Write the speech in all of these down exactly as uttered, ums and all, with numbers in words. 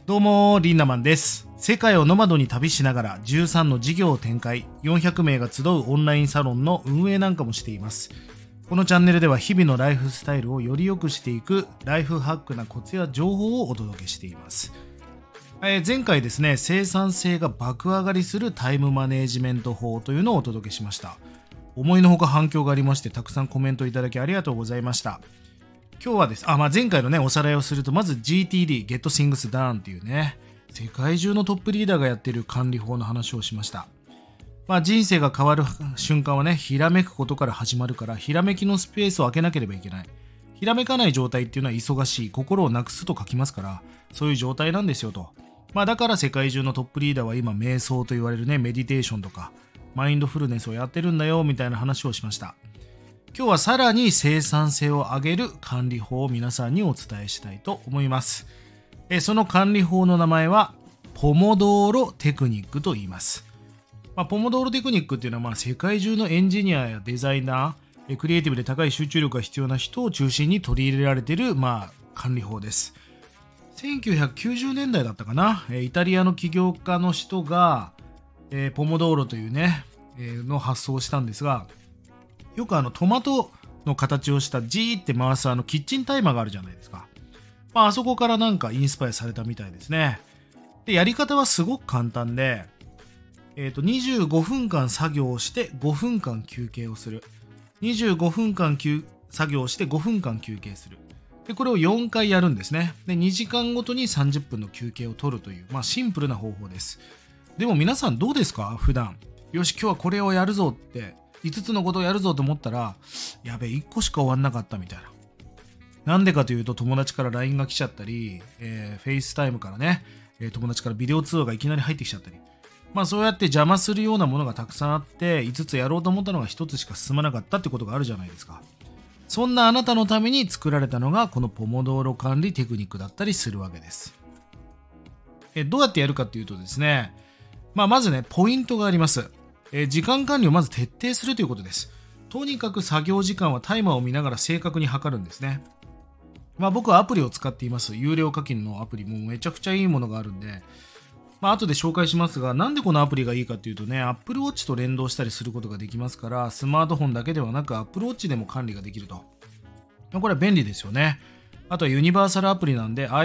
どうもリンナマンです。世界をノマドに旅しながらじゅうさんの事業を展開、よんひゃくめいが集うオンラインサロンの運営なんかもしています。このチャンネルでは日々のライフスタイルをより良くしていくライフハックなコツや情報をお届けしています。えー、前回ですね、生産性が爆上がりするタイムマネージメント法というのをお届けしました。思いのほか反響がありまして、たくさんコメントいただきありがとうございました。今日はですあ、まあ、前回のねおさらいをすると、まず ジーティーディー Get Things Done っていうね、世界中のトップリーダーがやっている管理法の話をしました。まあ、人生が変わる瞬間はね、ひらめくことから始まるから、ひらめきのスペースを空けなければいけない。ひらめかない状態っていうのは忙しい、心をなくすと書きますから、そういう状態なんですよと。まあ、だから世界中のトップリーダーは今瞑想と言われるね、メディテーションとかマインドフルネスをやってるんだよみたいな話をしました。今日はさらに生産性を上げる管理法を皆さんにお伝えしたいと思います。えその管理法の名前はポモドーロテクニックと言います。まあ、ポモドーロテクニックっていうのは、まあ世界中のエンジニアやデザイナー、クリエイティブで高い集中力が必要な人を中心に取り入れられている、まあ、管理法です。せんきゅうひゃくきゅうじゅうねんだいだったかな、イタリアの起業家の人が、えー、ポモドーロというね、えー、の発想をしたんですが、よくあのトマトの形をしたジーって回すあのキッチンタイマーがあるじゃないですか。まあ、あそこからなんかインスパイアされたみたいですね。で、やり方はすごく簡単で、えっと、にじゅうごふんかん作業をしてごふんかん休憩をする。にじゅうごふんかん作業をしてごふんかん休憩する。で、これをよんかいやるんですね。で、にじかんごとにさんじゅっぷんの休憩を取るという、まあシンプルな方法です。でも皆さんどうですか？普段。よし、今日はこれをやるぞって、いつつのことをやるぞと思ったら、やべえ、いっこしか終わんなかったみたいな。なんでかというと、友達から ライン が来ちゃったり、えー、フェイスタイムからね、友達からビデオ通話がいきなり入ってきちゃったり。まあそうやって邪魔するようなものがたくさんあって、いつつやろうと思ったのがひとつしか進まなかったってことがあるじゃないですか。そんなあなたのために作られたのが、このポモドーロ管理テクニックだったりするわけです。えどうやってやるかっていうとですね、まあまずね、ポイントがあります。え時間管理をまず徹底するということです。とにかく作業時間はタイマーを見ながら正確に測るんですね。まあ僕はアプリを使っています。有料課金のアプリもめちゃくちゃいいものがあるんで、まあ後で紹介しますが、なんでこのアプリがいいかっていうとね、Apple Watch と連動したりすることができますから、スマートフォンだけではなく Apple Watch でも管理ができると。これは便利ですよね。あとはユニバーサルアプリなんで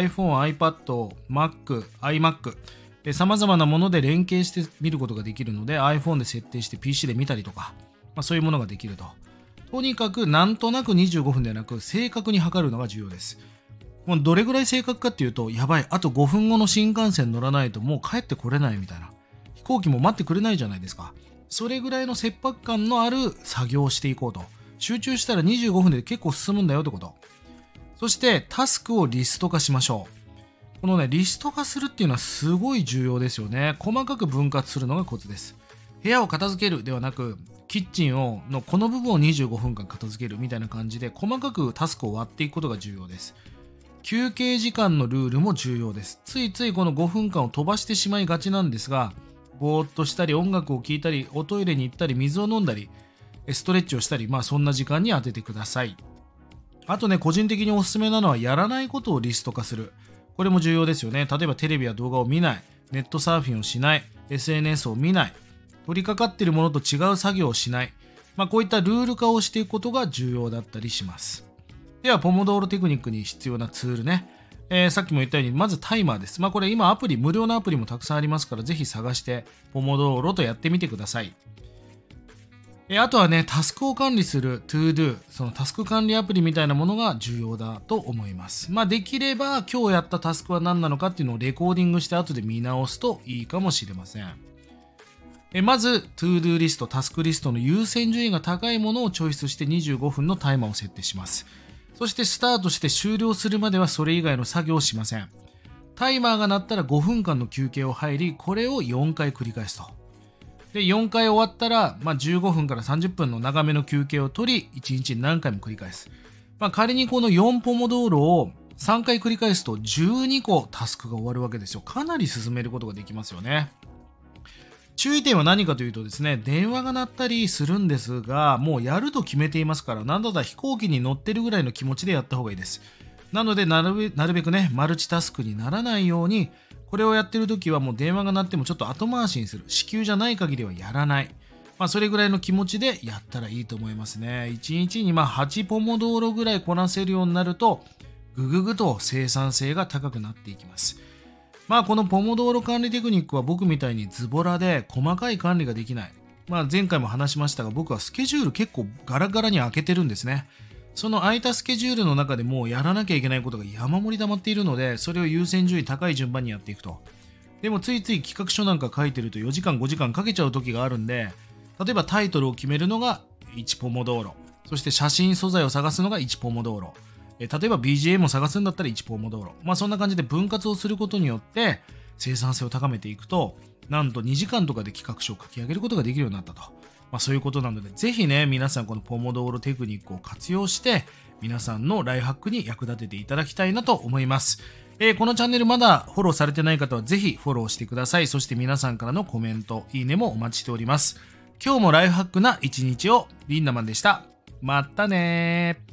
iPhone、iPad、Mac、iMac、さまざまなもので連携して見ることができるので iPhone で設定して ピーシー で見たりとか、まあ、そういうものができると。とにかくなんとなくにじゅうごふんではなく正確に測るのが重要です。もうどれぐらい正確かっていうと、やばい、あとごふんごの新幹線乗らないともう帰ってこれないみたいな。飛行機も待ってくれないじゃないですか。それぐらいの切迫感のある作業をしていこうと。集中したらにじゅうごふんで結構進むんだよってこと。そしてタスクをリスト化しましょう。このね、リスト化するっていうのはすごい重要ですよね。細かく分割するのがコツです。部屋を片付けるではなく、キッチンをのこの部分をにじゅうごふんかん片付けるみたいな感じで、細かくタスクを割っていくことが重要です。休憩時間のルールも重要です。ついついこのごふんかんを飛ばしてしまいがちなんですが、ぼーっとしたり音楽を聴いたり、おトイレに行ったり、水を飲んだり、ストレッチをしたり、まあそんな時間に当ててください。あとね、個人的におすすめなのはやらないことをリスト化する。これも重要ですよね。例えばテレビや動画を見ない、ネットサーフィンをしない、エスエヌエス を見ない、取り掛かっているものと違う作業をしない、まあ、こういったルール化をしていくことが重要だったりします。では、ポモドーロテクニックに必要なツールね。えー、さっきも言ったように、まずタイマーです。まあこれ今アプリ、無料のアプリもたくさんありますから、ぜひ探してポモドーロとやってみてください。あとはね、タスクを管理する ToDo、そのタスク管理アプリみたいなものが重要だと思います。まあできれば今日やったタスクは何なのかっていうのをレコーディングして後で見直すといいかもしれません。えまず ToDo リスト、タスクリストの優先順位が高いものをチョイスしてにじゅうごふんのタイマーを設定します。そしてスタートして終了するまではそれ以外の作業をしません。タイマーが鳴ったらごふんかんの休憩を入り、これをよんかい繰り返すと。で、よんかい終わったら、まあ、じゅうごふんからさんじゅっぷんの長めの休憩を取り、いちにちに何回も繰り返す。まあ、仮にこのよんポモドーロをさんかい繰り返すとじゅうにこタスクが終わるわけですよ。かなり進めることができますよね。注意点は何かというとですね、電話が鳴ったりするんですが、もうやると決めていますから、なんだったら飛行機に乗ってるぐらいの気持ちでやった方がいいです。 なのでなるべ、なるべくね、マルチタスクにならないように、これをやってるときはもう電話が鳴ってもちょっと後回しにする。至急じゃない限りはやらない。まあ、それぐらいの気持ちでやったらいいと思いますね。いちにちにまあはちポモドーロぐらいこなせるようになると、ぐぐぐと生産性が高くなっていきます。まあこのポモドーロ管理テクニックは僕みたいにズボラで細かい管理ができない。まあ前回も話しましたが、僕はスケジュール結構ガラガラに開けてるんですね。その空いたスケジュールの中でもうやらなきゃいけないことが山盛り溜まっているので、それを優先順位高い順番にやっていくと。でもついつい企画書なんか書いてるとよじかんごじかんかけちゃう時があるんで、例えばタイトルを決めるのがいちポモドーロ、そして写真素材を探すのがいちポモドーロ、え例えば ビージーエム を探すんだったらいちポモドーロ、まあそんな感じで分割をすることによって生産性を高めていくと、なんとにじかんとかで企画書を書き上げることができるようになったと。まあそういうことなので、ぜひね、皆さんこのポモドーロテクニックを活用して、皆さんのライフハックに役立てていただきたいなと思います。えー、このチャンネルまだフォローされてない方はぜひフォローしてください。そして皆さんからのコメント、いいねもお待ちしております。今日もライフハックな一日を。リンダマンでした。またねー。